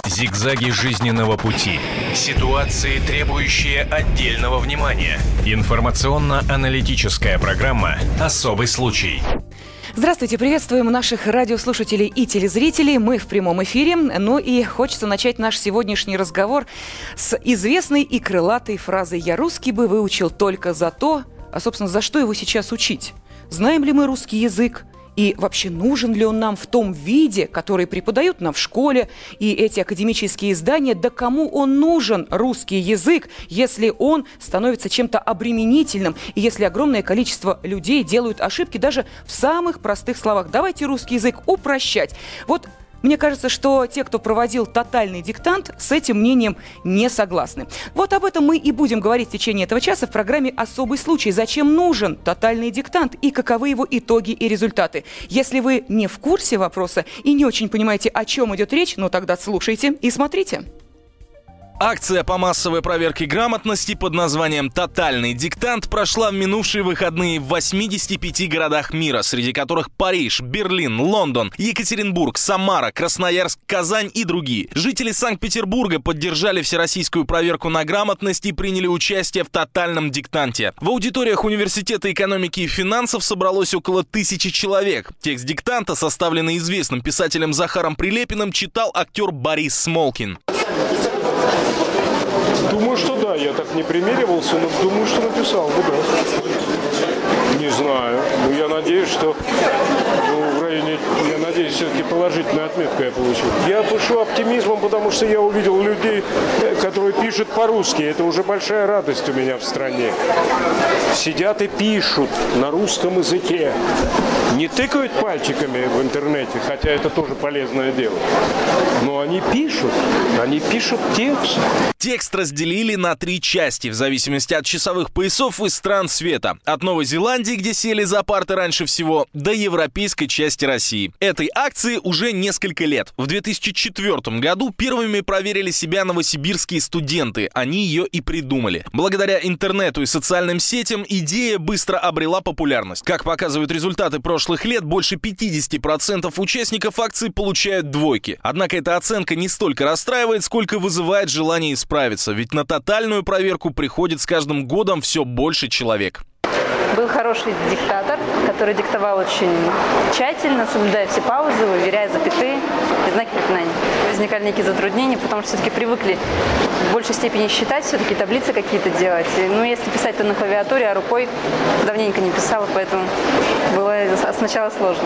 Зигзаги жизненного пути. Ситуации, требующие отдельного внимания. Информационно-аналитическая программа «Особый случай». Здравствуйте, приветствуем наших радиослушателей и телезрителей. Мы в прямом эфире. Ну и хочется начать наш сегодняшний разговор с известной и крылатой фразой «Я русский бы выучил только за то». А, собственно, за что его сейчас учить? Знаем ли мы русский язык? И вообще нужен ли он нам в том виде, который преподают нам в школе, и эти академические издания? Да кому он нужен, русский язык, если он становится чем-то обременительным, и если огромное количество людей делают ошибки даже в самых простых словах? Давайте русский язык упрощать. Вот мне кажется, что те, кто проводил тотальный диктант, с этим мнением не согласны. Вот об этом мы и будем говорить в течение этого часа в программе «Особый случай». Зачем нужен тотальный диктант и каковы его итоги и результаты? Если вы не в курсе вопроса и не очень понимаете, о чем идет речь, ну тогда слушайте и смотрите. Акция по массовой проверке грамотности под названием «Тотальный диктант» прошла в минувшие выходные в 85 городах мира, среди которых Париж, Берлин, Лондон, Екатеринбург, Самара, Красноярск, Казань и другие. Жители Санкт-Петербурга поддержали всероссийскую проверку на грамотность и приняли участие в тотальном диктанте. В аудиториях Университета экономики и финансов собралось около 1000 человек. Текст диктанта, составленный известным писателем Захаром Прилепиным, читал актер Борис Смолкин. Думаю, что да, я так не примеривался, но думаю, что написал бы, да. Не знаю, но я надеюсь, что в районе, я надеюсь, все-таки положительную отметку я получил. Я пишу оптимизмом, потому что я увидел людей, которые пишут по-русски. Это уже большая радость у меня в стране. Сидят и пишут на русском языке. Не тыкают пальчиками в интернете, хотя это тоже полезное дело. Но они пишут текст. Текст разделили на 3 части, в зависимости от часовых поясов и стран света. От Новой Зеландии, где сели за парты раньше всего, до европейской части России. Этой акции уже несколько лет. В 2004 году первыми проверили себя новосибирские студенты. Они ее и придумали. Благодаря интернету и социальным сетям идея быстро обрела популярность. Как показывают результаты прошлых лет, больше 50% участников акции получают двойки. Однако эта оценка не столько расстраивает, сколько вызывает желание исправиться. Ведь на тотальную проверку приходит с каждым годом все больше человек. Был хороший диктатор, который диктовал очень тщательно, соблюдая все паузы, выверяя запятые и знаки препинания. Возникали некие затруднения, потому что все-таки привыкли в большей степени считать, все-таки таблицы какие-то делать. Ну, если писать, то на клавиатуре, а рукой давненько не писала, поэтому было сначала сложно.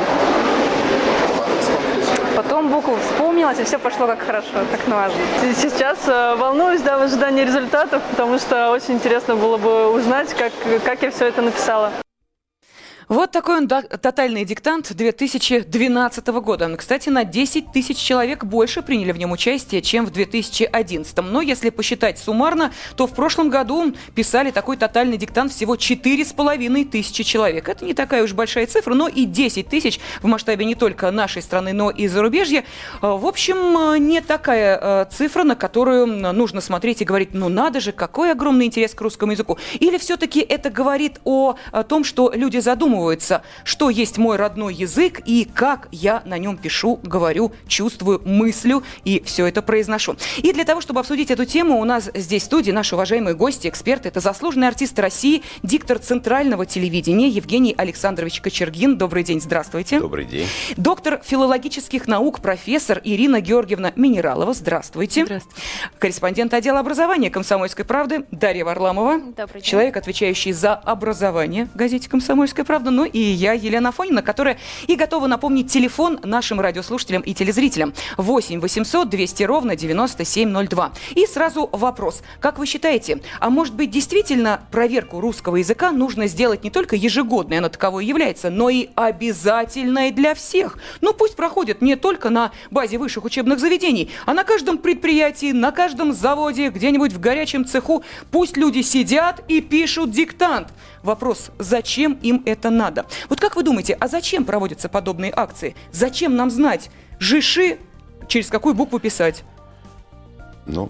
Потом букву вспомнилась, и все пошло как хорошо, как налажено. Сейчас волнуюсь, в ожидании результатов, потому что очень интересно было бы узнать, как я все это написала. Вот такой он тотальный диктант 2012 года. Кстати, на 10 тысяч человек больше приняли в нем участие, чем в 2011. Но если посчитать суммарно, то в прошлом году писали такой тотальный диктант всего 4500 человек. Это не такая уж большая цифра, но и 10 тысяч в масштабе не только нашей страны, но и зарубежья. В общем, не такая цифра, на которую нужно смотреть и говорить, ну надо же, какой огромный интерес к русскому языку. Или все-таки это говорит о том, что люди задумываются, что есть мой родной язык и как я на нем пишу, говорю, чувствую, мыслю и все это произношу. И для того, чтобы обсудить эту тему, у нас здесь в студии наши уважаемые гости, эксперты. Это заслуженный артист России, диктор Центрального телевидения Евгений Александрович Кочергин. Добрый день, здравствуйте. Добрый день. Доктор филологических наук, профессор Ирина Георгиевна Минералова. Здравствуйте. Здравствуйте. Корреспондент отдела образования «Комсомольской правды» Дарья Варламова. Добрый день. Человек, отвечающий за образование в газете «Комсомольская правда». Ну и я, Елена Афонина, которая и готова напомнить телефон нашим радиослушателям и телезрителям. 8 800 200 ровно 9702. И сразу вопрос. Как вы считаете, а может быть действительно проверку русского языка нужно сделать не только ежегодной, она таковой является, но и обязательной для всех? Ну пусть проходит не только на базе высших учебных заведений, а на каждом предприятии, на каждом заводе, где-нибудь в горячем цеху. Пусть люди сидят и пишут диктант. Вопрос, зачем им это надо? Вот как вы думаете, а зачем проводятся подобные акции? Зачем нам знать, жиши, через какую букву писать? Ну,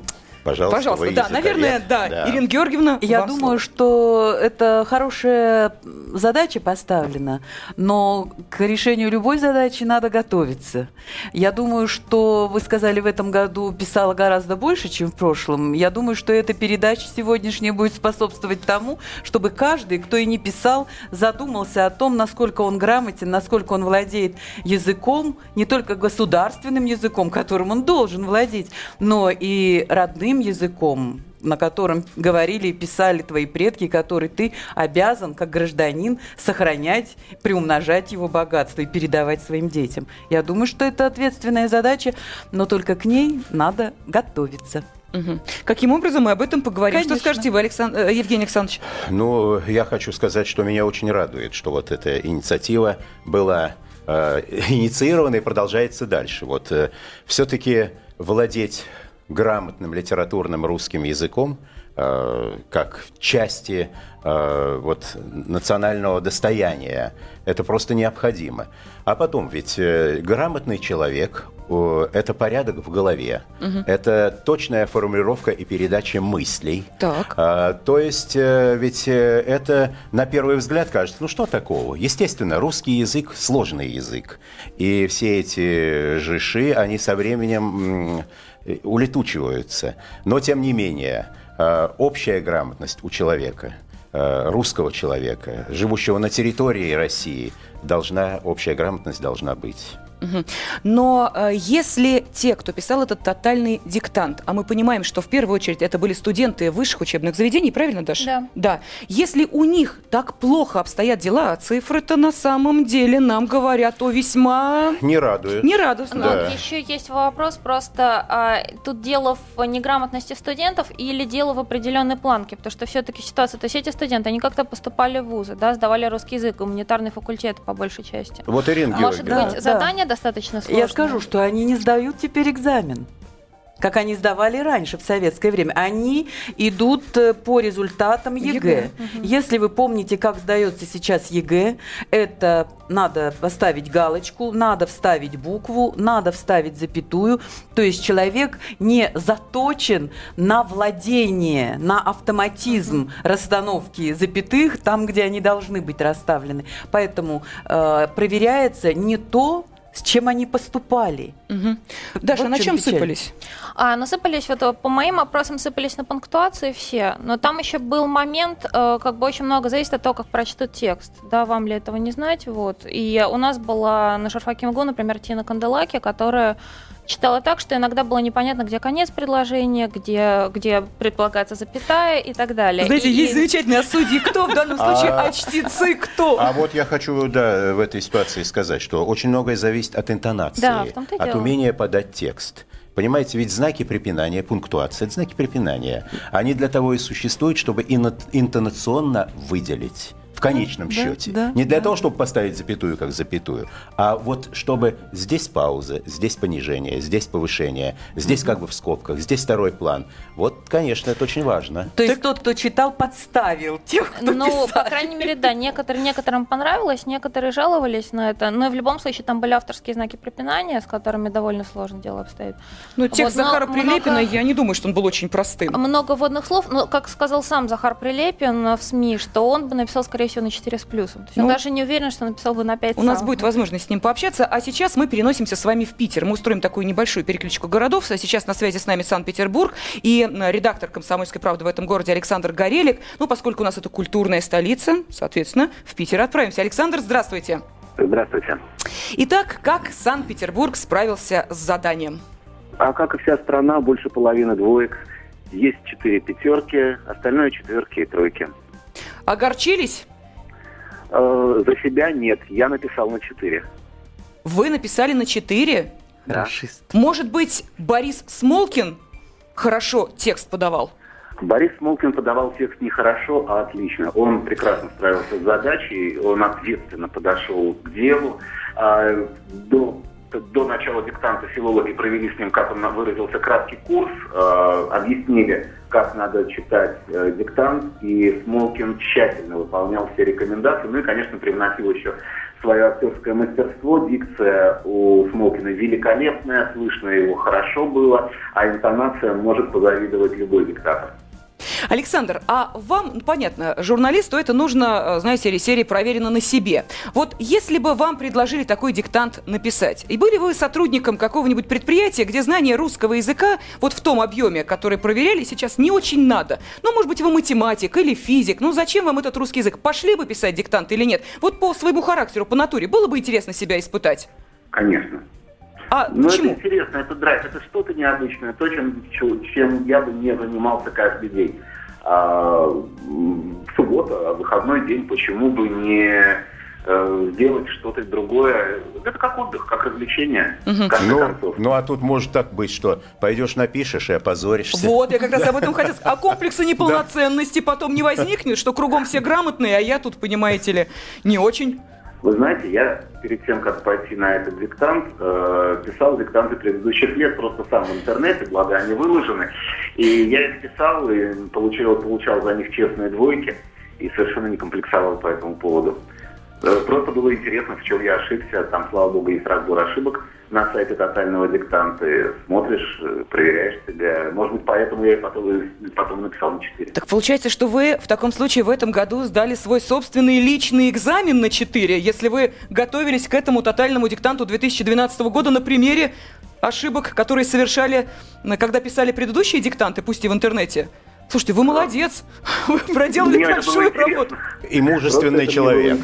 Пожалуйста, да, наверное, да. Ирина Георгиевна, я думаю, что это хорошая задача поставлена, но к решению любой задачи надо готовиться. Я думаю, что вы сказали, в этом году писала гораздо больше, чем в прошлом. Я думаю, что эта передача сегодняшняя будет способствовать тому, чтобы каждый, кто и не писал, задумался о том, насколько он грамотен, насколько он владеет языком, не только государственным языком, которым он должен владеть, но и родным языком, на котором говорили и писали твои предки, который ты обязан, как гражданин, сохранять, приумножать его богатство и передавать своим детям. Я думаю, что это ответственная задача, но только к ней надо готовиться. Угу. Каким образом мы об этом поговорим? Конечно. Что скажете вы, Евгений Александрович? Ну, я хочу сказать, что меня очень радует, что вот эта инициатива была инициирована и продолжается дальше. Вот все-таки владеть грамотным литературным русским языком как части вот, национального достояния. Это просто необходимо. А потом, ведь грамотный человек – это порядок в голове, это точная формулировка и передача мыслей. Так. То есть, ведь это на первый взгляд кажется, ну что такого? Естественно, русский язык – сложный язык. И все эти жиши, они со временем улетучиваются. Но, тем не менее, общая грамотность у человека, русского человека, живущего на территории России, общая грамотность должна быть. Но если те, кто писал этот тотальный диктант, а мы понимаем, что в первую очередь это были студенты высших учебных заведений, правильно, Даша? Да. Да. Если у них так плохо обстоят дела, а цифры-то на самом деле нам говорят о весьма... Не радует. Нерадостно. Но еще есть вопрос, просто тут дело в неграмотности студентов или дело в определенной планке, потому что все-таки ситуация, то есть эти студенты, они как-то поступали в вузы, да, сдавали русский язык, гуманитарный факультет по большей части. Вот, Ирина Георгиевна. Может быть, задание достаточно сложное? Я скажу, что они не сдают теперь экзамен, как они сдавали раньше, в советское время. Они идут по результатам ЕГЭ. Если вы помните, как сдается сейчас ЕГЭ, это надо поставить галочку, надо вставить букву, надо вставить запятую. То есть человек не заточен на владение, на автоматизм расстановки запятых там, где они должны быть расставлены. Поэтому проверяется не то, с чем они поступали. Даша, Вот на чем печаль. сыпались? Насыпались, вот по моим опросам сыпались на пунктуации все, но там еще был момент, как бы очень много зависит от того, как прочтут текст, да, вам ли этого не знать, вот. И у нас была на журфаке МГУ, например, Тина Канделаки, которая читала так, что иногда было непонятно, где конец предложения, где предполагается запятая и так далее. Знаете, есть замечательные судьи, кто в данном случае, а чтецы кто? А вот я хочу, да, в этой ситуации сказать, что очень многое зависит от интонации, Да, в том-то и от дело. умения подать текст. Понимаете, ведь знаки препинания, пунктуация – это знаки препинания. Они для того и существуют, чтобы интонационно выделить. В конечном счете. Не для того, чтобы поставить запятую как запятую, а вот чтобы здесь пауза, здесь понижение, здесь повышение, здесь как бы в скобках, здесь второй план. Вот, конечно, это очень важно. То есть тот, кто читал, подставил тех, кто Ну, писали. по крайней мере, да, некоторым понравилось, некоторые жаловались на это, но в любом случае там были авторские знаки препинания, с которыми довольно сложно дело обстоит. Ну, текст Вот, но Захара Прилепина, много- я не думаю, что он был очень простым. Много вводных слов, но, как сказал сам Захар Прилепин в СМИ, что он бы написал, скорее всего, на 4 с плюсом. То есть он даже не уверен, что написал бы на 5 У нас будет возможность с ним пообщаться, а сейчас мы переносимся с вами в Питер. Мы устроим такую небольшую перекличку городов. Сейчас на связи с нами Санкт-Петербург и редактор «Комсомольской правды» в этом городе Александр Горелик. Ну, поскольку у нас это культурная столица, соответственно, в Питер отправимся. Александр, здравствуйте. Здравствуйте. Итак, как Санкт-Петербург справился с заданием? А как и вся страна, больше половины двоек. Есть 4 пятерки, остальное 4 и 3. Огорчились? За себя нет, я написал на 4. Вы написали на 4? Да. Может быть, Борис Смолкин хорошо текст подавал? Борис Смолкин подавал текст не хорошо, а отлично. Он прекрасно справился с задачей, он ответственно подошел к делу. До начала диктанта филологи провели с ним, как он выразился, краткий курс, объяснили, как надо читать диктант, и Смолкин тщательно выполнял все рекомендации, ну и, конечно, привносил еще свое актерское мастерство. Дикция у Смолкина великолепная, слышно его хорошо было, а интонация может позавидовать любой диктатор. Александр, а вам, понятно, журналисту это нужно, знаете, серии проверено на себе. Вот если бы вам предложили такой диктант написать, и были вы сотрудником какого-нибудь предприятия, где знание русского языка вот в том объеме, который проверяли, сейчас не очень надо. Ну, может быть, вы математик или физик. Ну, зачем вам этот русский язык? Пошли бы писать диктант или нет? Вот по своему характеру, по натуре, было бы интересно себя испытать? Конечно. Но это интересно, это драйв, это что-то необычное, то, чем я бы не занимался каждый день. Суббота, выходной день, почему бы не сделать что-то другое? Это как отдых, как развлечение, в конце концов. Ну, а тут может так быть, что пойдешь напишешь и опозоришься. Вот, я как раз об этом хотела сказать. А комплекса неполноценности потом не возникнет, что кругом все грамотные, а я тут, понимаете ли, не очень... Вы знаете, я перед тем, как пойти на этот диктант, писал диктанты предыдущих лет просто сам в интернете, благо они выложены. И я их писал и получал за них честные двойки и совершенно не комплексовал по этому поводу. Просто было интересно, в чем я ошибся. Там, слава богу, есть разбор ошибок на сайте тотального диктанта. Ты смотришь, проверяешь себя. Может быть, поэтому я и потом написал на 4. Так получается, что вы в таком случае в этом году сдали свой собственный личный экзамен на 4, если вы готовились к этому тотальному диктанту 2012 года на примере ошибок, которые совершали, когда писали предыдущие диктанты, пусть и в интернете. Слушайте, вы молодец. Вы проделали большую работу. И мужественный человек.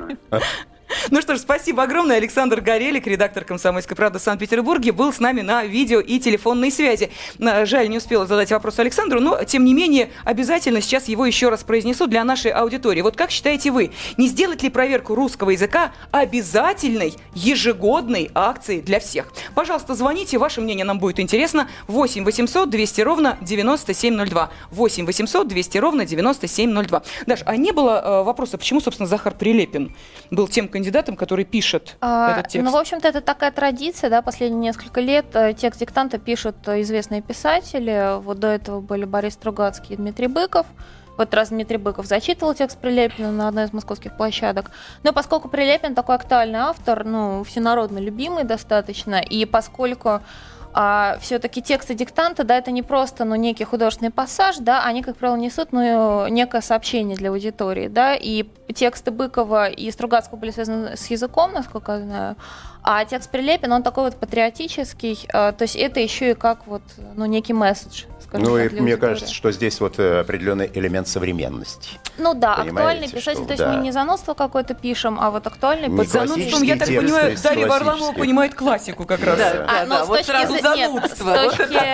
Ну что ж, спасибо огромное. Александр Горелик, редактор «Комсомольской правды» в Санкт-Петербурге, был с нами на видео и телефонной связи. Жаль, не успела задать вопрос Александру, но, тем не менее, обязательно сейчас его еще раз произнесу для нашей аудитории. Вот как считаете вы, не сделать ли проверку русского языка обязательной ежегодной акцией для всех? Пожалуйста, звоните, ваше мнение нам будет интересно. 8 800 200 ровно 9702. 8 800 200 ровно 9702. Даш, а не было вопроса, почему, собственно, Захар Прилепин был тем кандидатом, который пишет этот текст? Ну, в общем-то, это такая традиция, да, последние несколько лет текст диктанта пишут известные писатели. Вот до этого были Борис Стругацкий и Дмитрий Быков. В этот раз Дмитрий Быков зачитывал текст Прилепина на одной из московских площадок. Но поскольку Прилепин такой актуальный автор, ну, всенародно любимый достаточно, и поскольку все-таки тексты диктанта, да, это не просто, ну, некий художественный пассаж, да, они, как правило, несут, ну, некое сообщение для аудитории, да, и тексты Быкова и Стругацкого были связаны с языком, насколько я знаю, а текст Прилепина, он такой вот патриотический, то есть это еще и как вот, ну, некий месседж. Ну, и мне кажется, что здесь вот определенный элемент современности. Ну да, понимаете, актуальный писатель, что, то есть мы не занудство какое-то пишем, а вот актуальный под занудством, я так понимаю, Дарья Варламова понимает классику как раз. Да, вот сразу занудство.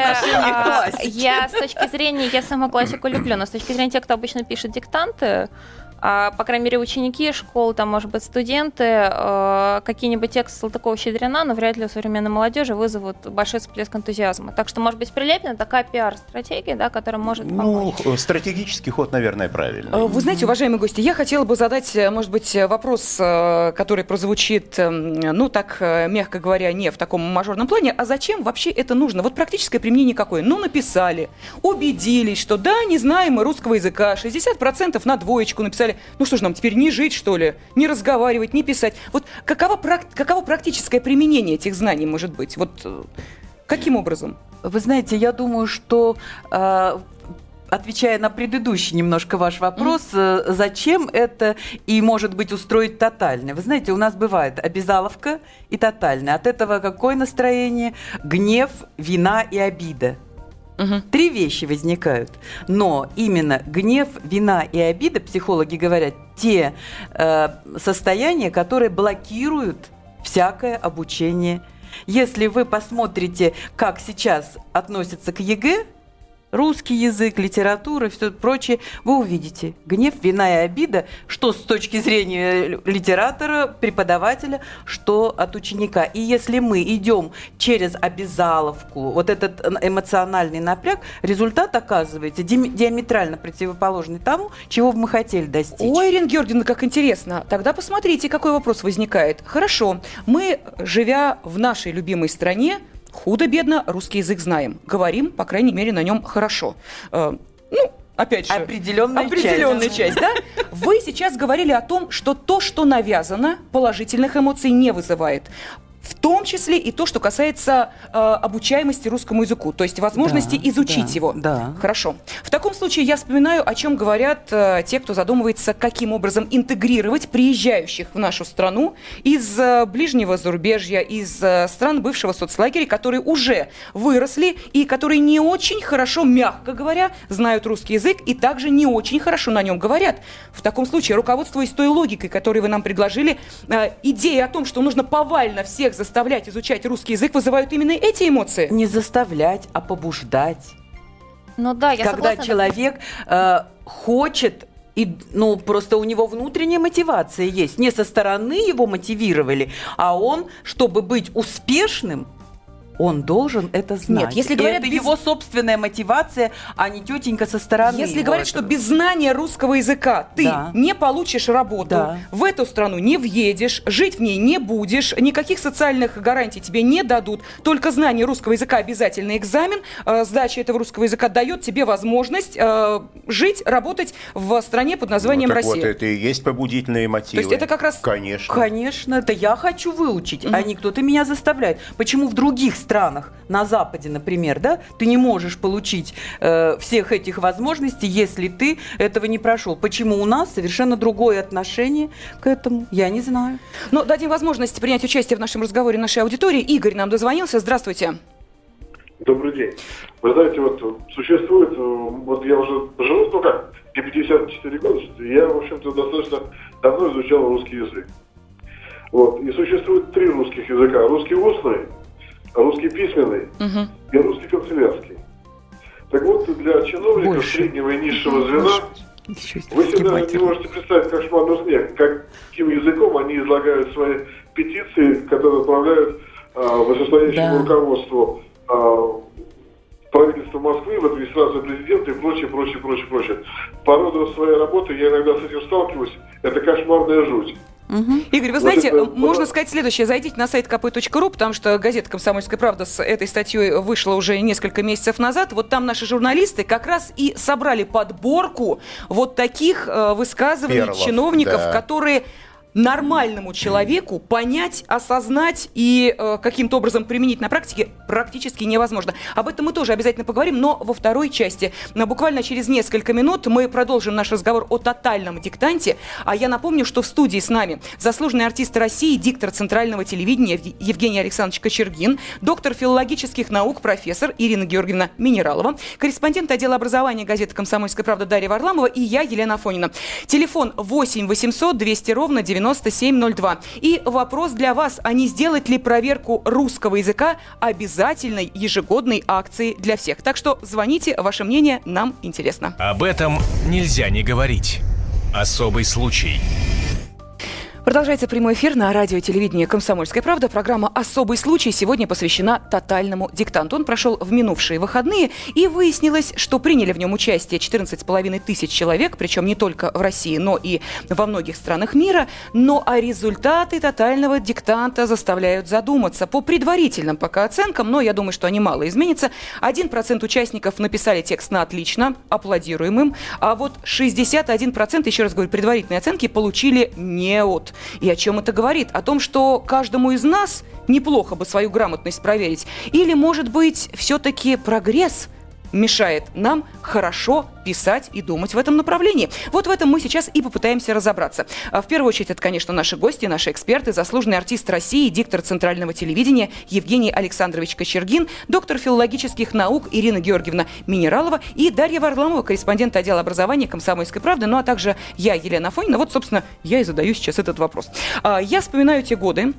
Я с точки зрения, я сама классику люблю, но с точки зрения тех, кто обычно пишет диктанты, по крайней мере, ученики школ, там, может быть, студенты, какие-нибудь тексты Салтыкова-Щедрина, но вряд ли у современной молодежи вызовут большой всплеск энтузиазма. Так что, может быть, Прилепин — такая пиар-стратегия, да, которая может помочь. Ну, стратегический ход, наверное, правильный. Вы знаете, уважаемые гости, я хотела бы задать, может быть, вопрос, который прозвучит, ну, так, мягко говоря, не в таком мажорном плане. А зачем вообще это нужно? Вот практическое применение какое? Ну, написали, убедились, что да, не знаем мы русского языка, 60% на двоечку написали. Ну что ж, нам теперь не жить, что ли? Не разговаривать, не писать. Вот каково практическое применение этих знаний может быть? Вот каким образом? Вы знаете, я думаю, что... Отвечая на предыдущий немножко ваш вопрос, зачем это и, может быть, устроить тотально? Вы знаете, у нас бывает обязаловка и тотальная. От этого какое настроение? Гнев, вина и обида. 3 вещи возникают. Но именно гнев, вина и обида, психологи говорят, те состояния, которые блокируют всякое обучение. Если вы посмотрите, как сейчас относятся к ЕГЭ, русский язык, литература и все прочее, вы увидите гнев, вина и обида, что с точки зрения литератора, преподавателя, что от ученика. И если мы идем через обязаловку, вот этот эмоциональный напряг, результат оказывается диаметрально противоположный тому, чего мы хотели достичь. Ой, Ирина Георгиевна, как интересно. Тогда посмотрите, какой вопрос возникает. Хорошо, мы, живя в нашей любимой стране, худо-бедно русский язык знаем. Говорим, по крайней мере, на нем хорошо. Ну, опять же, определенная часть, да? Вы сейчас говорили о том, что то, что навязано, положительных эмоций не вызывает. В том числе и то, что касается обучаемости русскому языку, то есть возможности изучить его. Да. Хорошо. В таком случае я вспоминаю, о чем говорят те, кто задумывается, каким образом интегрировать приезжающих в нашу страну из ближнего зарубежья, из стран бывшего соцлагеря, которые уже выросли и которые не очень хорошо, мягко говоря, знают русский язык и также не очень хорошо на нем говорят. В таком случае, руководствуясь той логикой, которую вы нам предложили, идея о том, что нужно повально всех заставлять изучать русский язык, вызывают именно эти эмоции? Не заставлять, а побуждать. Ну да, я Когда согласна. человек хочет, просто у него внутренняя мотивация есть. Не со стороны его мотивировали, а он, чтобы быть успешным, он должен это знать. Нет, если говорят, это его собственная мотивация, а не тетенька со стороны. Если говорят, что без знания русского языка ты не получишь работу, в эту страну не въедешь, жить в ней не будешь, никаких социальных гарантий тебе не дадут, только знание русского языка обязательный экзамен, сдача этого русского языка дает тебе возможность жить, работать в стране под названием Россия. Вот это и есть побудительные мотивы. То есть это как раз... Конечно. Конечно, это я хочу выучить, а не кто-то меня заставляет. Почему в других странах, на Западе, например, да, ты не можешь получить всех этих возможностей, если ты этого не прошел? Почему у нас совершенно другое отношение к этому? Я не знаю. Но дадим возможность принять участие в нашем разговоре нашей аудитории. Игорь нам дозвонился. Здравствуйте. Добрый день. Вы знаете, существует, я уже живу, мне 54 года, я, в общем-то, достаточно давно изучал русский язык. И существует 3 русских языка. Русский устный, русский письменный и русский канцелярский. Так вот, для чиновников среднего и низшего звена вы себе даже не можете представить кошмарный снег, каким языком они излагают свои петиции, которые отправляют вышестоящему руководству правительства Москвы, в администрацию президента и прочее. По роду своей работы я иногда с этим сталкиваюсь. Это кошмарная жуть. Игорь, вы знаете, можно сказать следующее. Зайдите на сайт kp.ru, потому что газета «Комсомольская правда» с этой статьей вышла уже несколько месяцев назад. Вот там наши журналисты как раз и собрали подборку вот таких высказываний чиновников, которые нормальному человеку понять, осознать и каким-то образом применить на практике практически невозможно. Об этом мы тоже обязательно поговорим, но во второй части. Буквально через несколько минут мы продолжим наш разговор о тотальном диктанте. А я напомню, что в студии с нами заслуженный артист России, диктор Центрального телевидения Евгений Александрович Кочергин, доктор филологических наук, профессор Ирина Георгиевна Минералова, корреспондент отдела образования газеты «Комсомольская правда» Дарья Варламова и я, Елена Афонина. Телефон 8 800 200 ровно 9702. И вопрос для вас, а не сделать ли проверку русского языка обязательной ежегодной акцией для всех? Так что звоните, ваше мнение нам интересно. Об этом нельзя не говорить. Особый случай. Продолжается прямой эфир на радио и телевидении «Комсомольская правда». Программа «Особый случай» сегодня посвящена тотальному диктанту. Он прошел в минувшие выходные, и выяснилось, что приняли в нем участие 14,5 тысяч человек, причем не только в России, но и во многих странах мира. Но результаты тотального диктанта заставляют задуматься. По предварительным пока оценкам, но я думаю, что они мало изменятся, 1% участников написали текст на отлично, аплодируем им, а вот 61%, еще раз говорю, предварительные оценки получили неот. И о чем это говорит? О том, что каждому из нас неплохо бы свою грамотность проверить. Или, может быть, все-таки прогресс мешает нам хорошо писать и думать в этом направлении. Вот в этом мы сейчас и попытаемся разобраться. В первую очередь, это, конечно, наши гости, наши эксперты, заслуженный артист России, диктор Центрального телевидения Евгений Александрович Кочергин, доктор филологических наук Ирина Георгиевна Минералова и Дарья Варламова, корреспондент отдела образования «Комсомольской правды», ну а также я, Елена Афонина. Вот, собственно, я и задаю сейчас этот вопрос. Я вспоминаю те годы,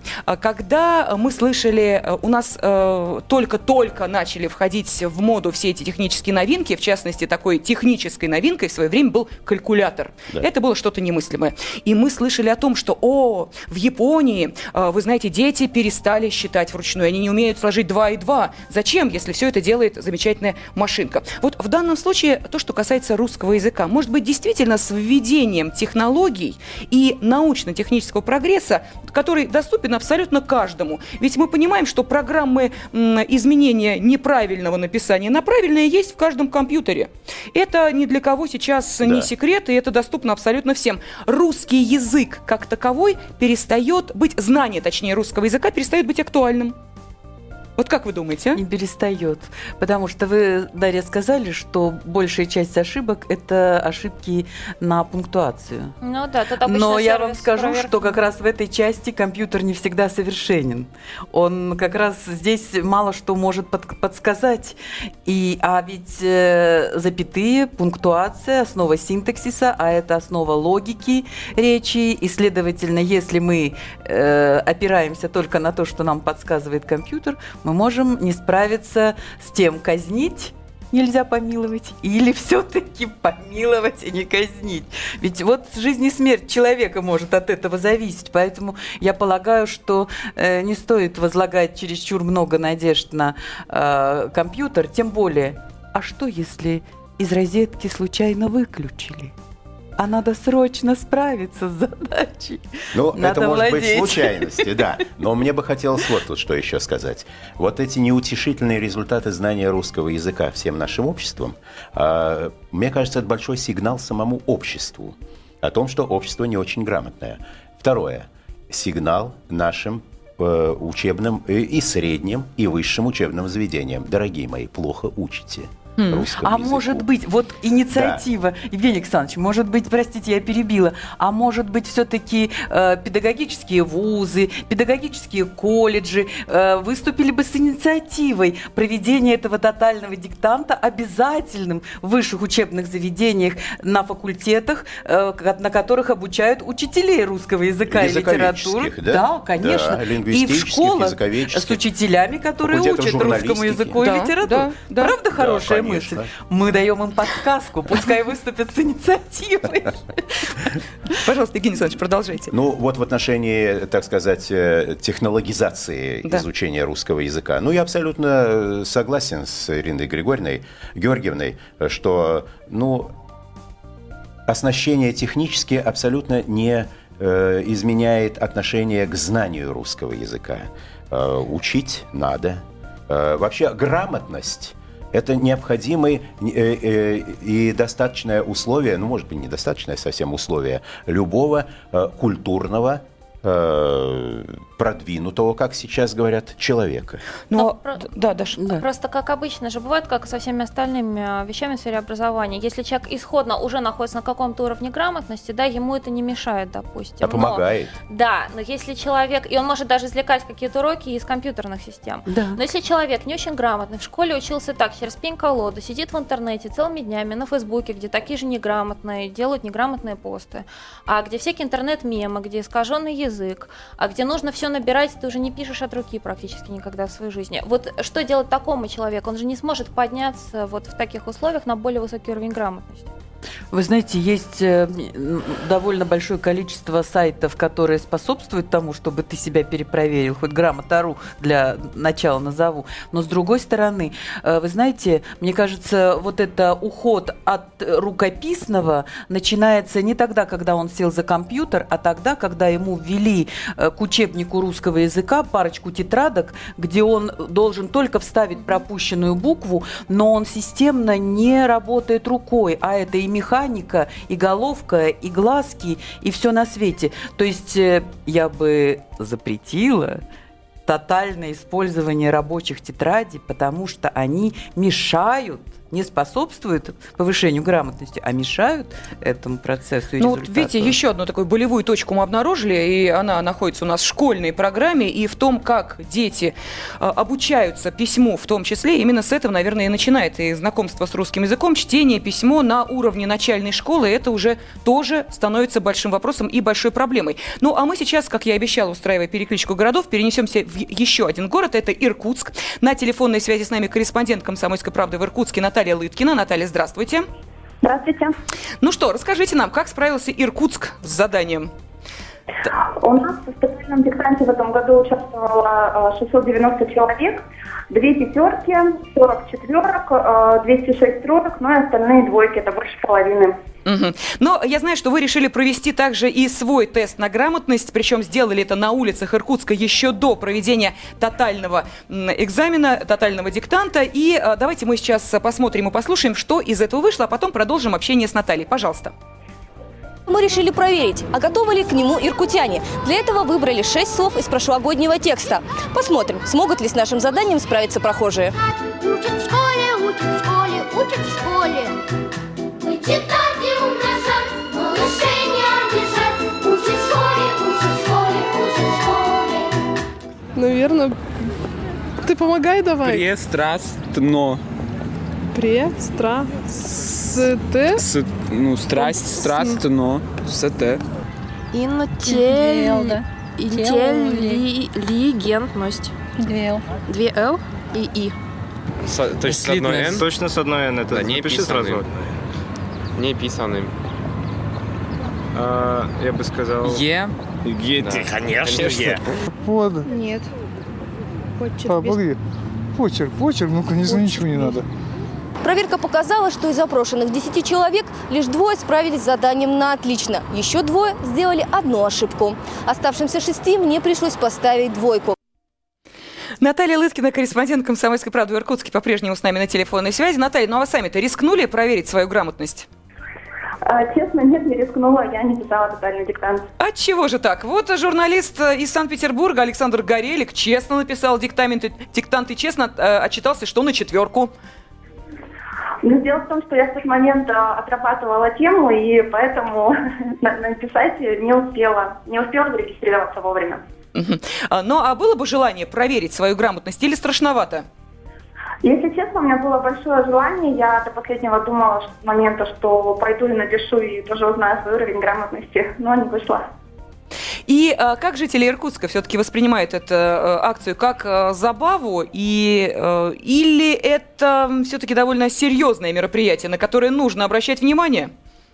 когда мы слышали, у нас только-только начали входить в моду все эти технические новинки, в частности, такой технической новинкой в свое время был калькулятор. Да. Это было что-то немыслимое. И мы слышали о том, что, в Японии, вы знаете, дети перестали считать вручную, они не умеют сложить 2 и 2. Зачем, если все это делает замечательная машинка? Вот в данном случае то, что касается русского языка, может быть, действительно с введением технологий и научно-технического прогресса, который доступен абсолютно каждому. Ведь мы понимаем, что программы изменения неправильного написания на правильное есть в каждом компьютере. Это это ни для кого сейчас не секрет, и это доступно абсолютно всем. Русский язык как таковой перестает быть, знание, точнее, русского языка перестает быть актуальным. Вот как вы думаете? Не перестает. Потому что вы, Дарья, сказали, что большая часть ошибок – это ошибки на пунктуацию. Ну да, тут обычно Но я вам сервис скажу, проверки. что как раз в этой части компьютер не всегда совершенен. Он как раз здесь мало что может подсказать. А ведь запятые, пунктуация – основа синтаксиса, а это основа логики речи. И, следовательно, если мы опираемся только на то, что нам подсказывает компьютер, мы можем не справиться с тем, казнить нельзя помиловать, или все-таки помиловать и не казнить. Ведь вот жизнь и смерть человека может от этого зависеть. Поэтому я полагаю, что не стоит возлагать чересчур много надежд на компьютер. Тем более, а что если из розетки случайно выключили? А надо срочно справиться с задачей. Ну, надо это может владеть. быть случайности, да. Но мне бы хотелось вот тут что еще сказать. Вот эти неутешительные результаты знания русского языка всем нашим обществом, мне кажется, это большой сигнал самому обществу о том, что общество не очень грамотное. Второе. Сигнал нашим учебным и средним, и высшим учебным заведениям. Дорогие мои, плохо учите. А может быть, вот инициатива, Евгений Александрович, может быть, простите, я перебила, а может быть, все-таки педагогические вузы, педагогические колледжи выступили бы с инициативой проведения этого тотального диктанта обязательным в высших учебных заведениях на факультетах, на которых обучают учителей русского языка и литературы. Да, конечно. Да, и в школах с учителями, которые учат русскому языку и литературе. Правда, хорошая мысль? Мы даем им подсказку, пускай выступят с инициативой. Пожалуйста, Евгений Александрович, продолжайте. Ну, вот в отношении, так сказать, технологизации изучения русского языка. Ну, я абсолютно согласен с Ириной Георгиевной, что, оснащение технически абсолютно не изменяет отношение к знанию русского языка. Учить надо. Вообще, грамотность – это необходимое и достаточное условие, может быть, недостаточное совсем условие любого культурного, продвинутого, как сейчас говорят, человека. Просто, как обычно же бывает, как со всеми остальными вещами в сфере образования, если человек исходно уже находится на каком-то уровне грамотности, ему это не мешает, допустим. А помогает. Но если человек, и он может даже извлекать какие-то уроки из компьютерных систем, но если человек не очень грамотный, в школе учился так, через пень-колоду, сидит в интернете целыми днями на Фейсбуке, где такие же неграмотные делают неграмотные посты, а где всякие интернет-мемы, где искаженный язык, а где нужно все набирать, ты уже не пишешь от руки практически никогда в своей жизни. Вот что делать такому человеку? Он же не сможет подняться вот в таких условиях на более высокий уровень грамотности. Вы знаете, есть довольно большое количество сайтов, которые способствуют тому, чтобы ты себя перепроверил, хоть грамота.ру для начала назову. Но с другой стороны, вы знаете, мне кажется, вот это уход от рукописного начинается не тогда, когда он сел за компьютер, а тогда, когда ему ввели к учебнику русского языка парочку тетрадок, где он должен только вставить пропущенную букву, но он системно не работает рукой, а это и механика, и головка, и глазки, и все на свете. То есть я бы запретила тотальное использование рабочих тетрадей, потому что они мешают, не способствуют повышению грамотности, а мешают этому процессу и результату. Вот видите, еще одну такую болевую точку мы обнаружили, и она находится у нас в школьной программе, и в том, как дети обучаются письму, в том числе, именно с этого, наверное, и начинает и знакомство с русским языком, чтение, письмо на уровне начальной школы, это уже тоже становится большим вопросом и большой проблемой. Ну, а мы сейчас, как я обещала, устраивая перекличку городов, перенесемся в еще один город, это Иркутск. На телефонной связи с нами корреспондент «Комсомольской правды» в Иркутске Наталья Лыткина. Наталья, здравствуйте. Здравствуйте. Ну что, расскажите нам, как справился Иркутск с заданием? У нас в специальном диктанте в этом году участвовало 690 человек, 2 пятерки, 40 четверок, 206 троек, ну и остальные двойки, это больше половины. Угу. Но я знаю, что вы решили провести также и свой тест на грамотность, причем сделали это на улицах Иркутска еще до проведения тотального экзамена, тотального диктанта. И давайте мы сейчас посмотрим и послушаем, что из этого вышло, а потом продолжим общение с Натальей. Пожалуйста. Мы решили проверить, а готовы ли к нему иркутяне. Для этого выбрали 6 слов из прошлогоднего текста. Посмотрим, смогут ли с нашим заданием справиться прохожие. Учат в школе, учат в школе, учат в школе. Читать и умножать, малышей не обижать. Учат в школе, учат в школе, учат в школе. Наверное, ты помогай давай. Пристрастно. Страсть, страстно. Интеллигентность. 2 Л и И. То есть с одной N? Точно с одной N. Это да, не напиши сразу. Не писаным. Я бы сказал... Е. Да. Конечно, Е. Вода. Нет. Почерк, ну, конечно, ничего не надо. Проверка показала, что из опрошенных 10 человек лишь 2 справились с заданием на отлично. Еще 2 сделали одну ошибку. Оставшимся 6 мне пришлось поставить 2. Наталья Лыткина, корреспондент «Комсомольской правды» в Иркутске, по-прежнему с нами на телефонной связи. Наталья, ну а вы сами-то рискнули проверить свою грамотность? Честно, нет, не рискнула, я не писала тотальный диктант. Отчего же так? Вот журналист из Санкт-Петербурга Александр Горелик честно написал диктант и честно отчитался, что на 4. Но дело в том, что я в тот момент отрабатывала тему, и поэтому написать не успела зарегистрироваться вовремя. Ну, а было бы желание проверить свою грамотность или страшновато? Если честно, у меня было большое желание. Я до последнего думала с момента, что пойду и напишу, и тоже узнаю свой уровень грамотности, но не вышло. И как жители Иркутска все-таки воспринимают эту акцию? Как забаву? Или это все-таки довольно серьезное мероприятие, на которое нужно обращать внимание?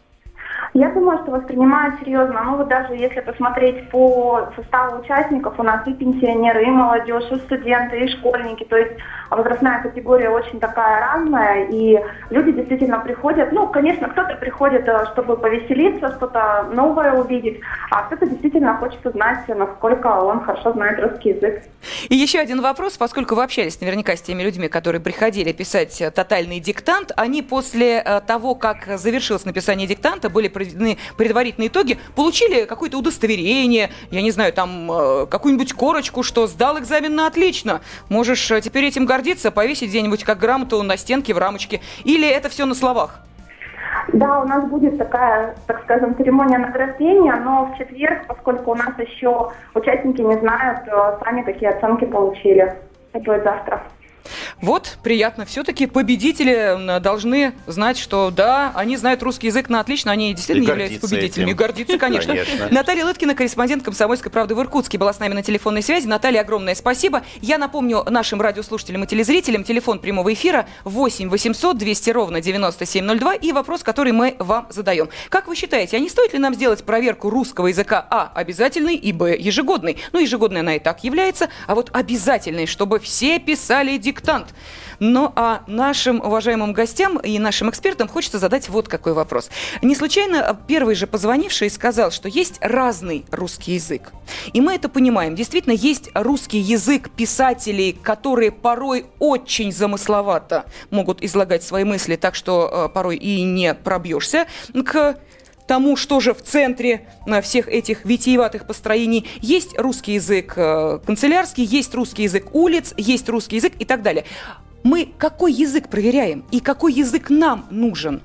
Я думаю, что воспринимают серьезно. Ну вот даже если посмотреть по составу участников, у нас и пенсионеры, и молодежь, и студенты, и школьники. То есть возрастная категория очень такая разная, и люди действительно приходят. Ну, конечно, кто-то приходит, чтобы повеселиться, что-то новое увидеть, а кто-то действительно хочет узнать, насколько он хорошо знает русский язык. И еще один вопрос, поскольку вы общались наверняка с теми людьми, которые приходили писать тотальный диктант, они после того, как завершилось написание диктанта, были проведены предварительные итоги, получили какое-то удостоверение, я не знаю, там какую-нибудь корочку, что сдал экзамен на отлично. Можешь теперь этим гордиться, повесить где-нибудь как грамоту на стенке в рамочке. Или это все на словах? Да, у нас будет такая, так скажем, церемония награждения, но в четверг, поскольку у нас еще участники не знают сами, какие оценки получили. Это будет завтра. Вот, приятно. Все-таки победители должны знать, что да, они знают русский язык на отлично, они действительно являются победителями. И гордиться, конечно. Наталья Лыткина, корреспондент «Комсомольской правды» в Иркутске, была с нами на телефонной связи. Наталья, огромное спасибо. Я напомню нашим радиослушателям и телезрителям телефон прямого эфира 8 800 200 ровно 9702 и вопрос, который мы вам задаем. Как вы считаете, а не стоит ли нам сделать проверку русского языка обязательной и ежегодной? Ну, ежегодной она и так является, а вот обязательной, чтобы все писали диктант. Ну, а нашим уважаемым гостям и нашим экспертам хочется задать вот какой вопрос. Не случайно первый же позвонивший сказал, что есть разный русский язык. И мы это понимаем. Действительно, есть русский язык писателей, которые порой очень замысловато могут излагать свои мысли, так что порой и не пробьешься к тому, что же в центре всех этих витиеватых построений. Есть русский язык канцелярский, есть русский язык улиц, есть русский язык и так далее. Мы какой язык проверяем и какой язык нам нужен?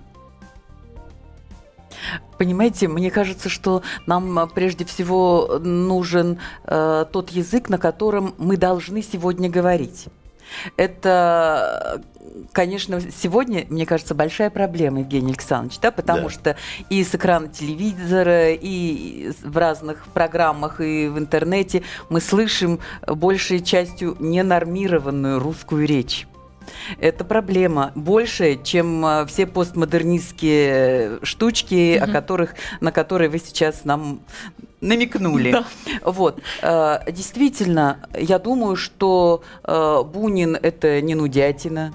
Понимаете, мне кажется, что нам прежде всего нужен тот язык, на котором мы должны сегодня говорить. Это, конечно, сегодня, мне кажется, большая проблема, Евгений Александрович, да, потому что и с экрана телевизора, и в разных программах, и в интернете мы слышим большей частью ненормированную русскую речь. Это проблема больше, чем все постмодернистские штучки, на которые вы сейчас нам намекнули. Да. Вот. Действительно, я думаю, что Бунин – это не нудятина.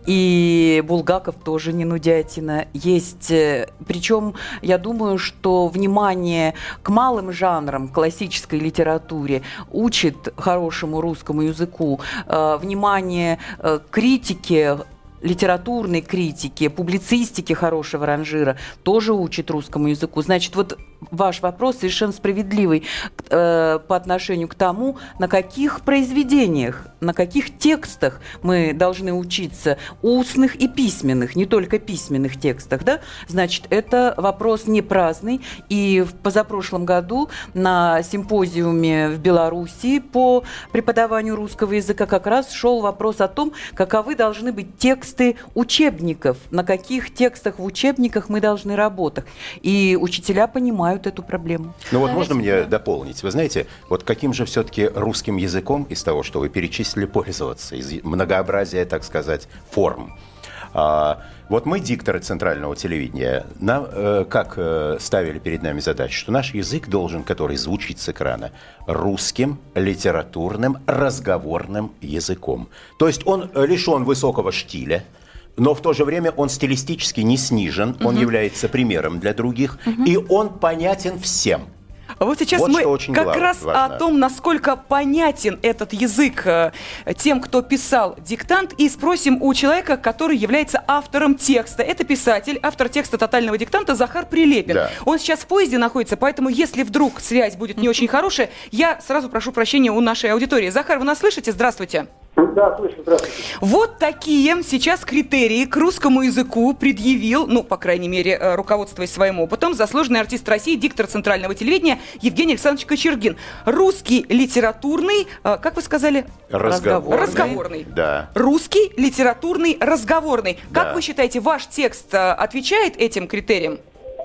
И Булгаков тоже не нудятина. Есть, причем я думаю, что внимание к малым жанрам классической литературе учит хорошему русскому языку, внимание к критике, литературной критике, публицистике хорошего ранжира тоже учит русскому языку. Значит, вот ваш вопрос совершенно справедливый по отношению к тому, на каких произведениях, на каких текстах мы должны учиться, устных и письменных, не только письменных текстах, да? Значит, это вопрос не праздный. И в позапрошлом году на симпозиуме в Белоруссии по преподаванию русского языка как раз шел вопрос о том, каковы должны быть тексты учебников, на каких текстах в учебниках мы должны работать. И учителя понимают эту проблему. Ну вот можно мне дополнить? Вы знаете, вот каким же все-таки русским языком из того, что вы перечислили, пользоваться, из многообразия, так сказать, форм? Вот мы, дикторы Центрального телевидения, как ставили перед нами задачу, что наш язык должен, который звучит с экрана, русским, литературным, разговорным языком. То есть он лишен высокого штиля, но в то же время он стилистически не снижен, он является примером для других, и он понятен всем. Вот сейчас вот мы как важно. раз о том, насколько понятен этот язык тем, кто писал диктант, и спросим у человека, который является автором текста. Это писатель, автор текста «Тотального диктанта» Захар Прилепин. Да. Он сейчас в поезде находится, поэтому если вдруг связь будет не очень хорошая, я сразу прошу прощения у нашей аудитории. Захар, вы нас слышите? Здравствуйте. Да, слышу, здравствуйте. Вот такие сейчас критерии к русскому языку предъявил, ну, по крайней мере, руководствуясь своим опытом, заслуженный артист России, диктор Центрального телевидения Евгений Александрович Кочергин. Русский литературный, как вы сказали? Разговорный. Да. Русский литературный разговорный. Да. Как вы считаете, ваш текст отвечает этим критериям?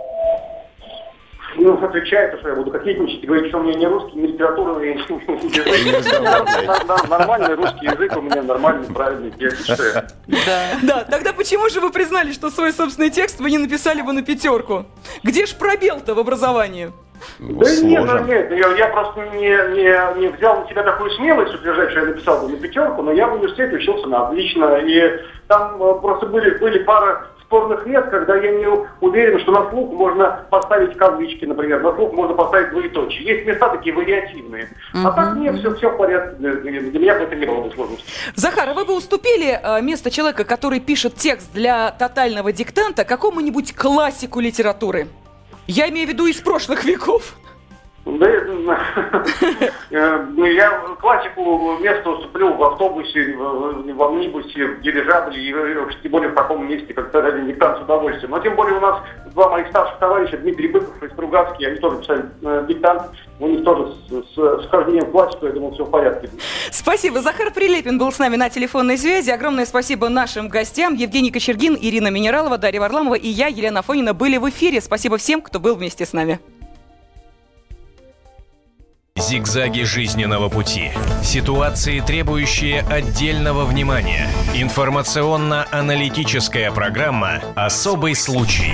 Ну, отвечает, что я буду кокетничать и говорить, что у меня не русский, не литературный язык. Нормальный русский язык, у меня нормальный, правильный текст. Да, тогда почему же вы признали, что свой собственный текст вы не написали бы на 5? Где ж пробел-то в образовании? Да нет, я просто не взял на себя такую смелость утверждать, что я написал бы на 5, но я в университете учился на отлично, и там просто были пара спорных мест, когда я не уверен, что на слух можно поставить кавычки, например, на слух можно поставить двоеточие. Есть места такие вариативные. А так нет, все в порядке. Для меня это не было бы сложности. Захар, а вы бы уступили место человека, который пишет текст для тотального диктанта, какому-нибудь классику литературы? Я имею в виду из прошлых веков. Да, я классику место уступлю в автобусе, в амнибусе, в дирижабле, и тем более в таком месте, как тотальный диктант, с удовольствием. Но тем более у нас два моих старших товарища, Дмитрий Быков и Стругацкий, они тоже писали диктант, у них тоже с хождением в классику, я думаю, все в порядке. Спасибо. Захар Прилепин был с нами на телефонной связи. Огромное спасибо нашим гостям. Евгений Кочергин, Ирина Минералова, Дарья Варламова и я, Елена Афонина, были в эфире. Спасибо всем, кто был вместе с нами. Зигзаги жизненного пути. Ситуации, требующие отдельного внимания. Информационно-аналитическая программа «Особый случай».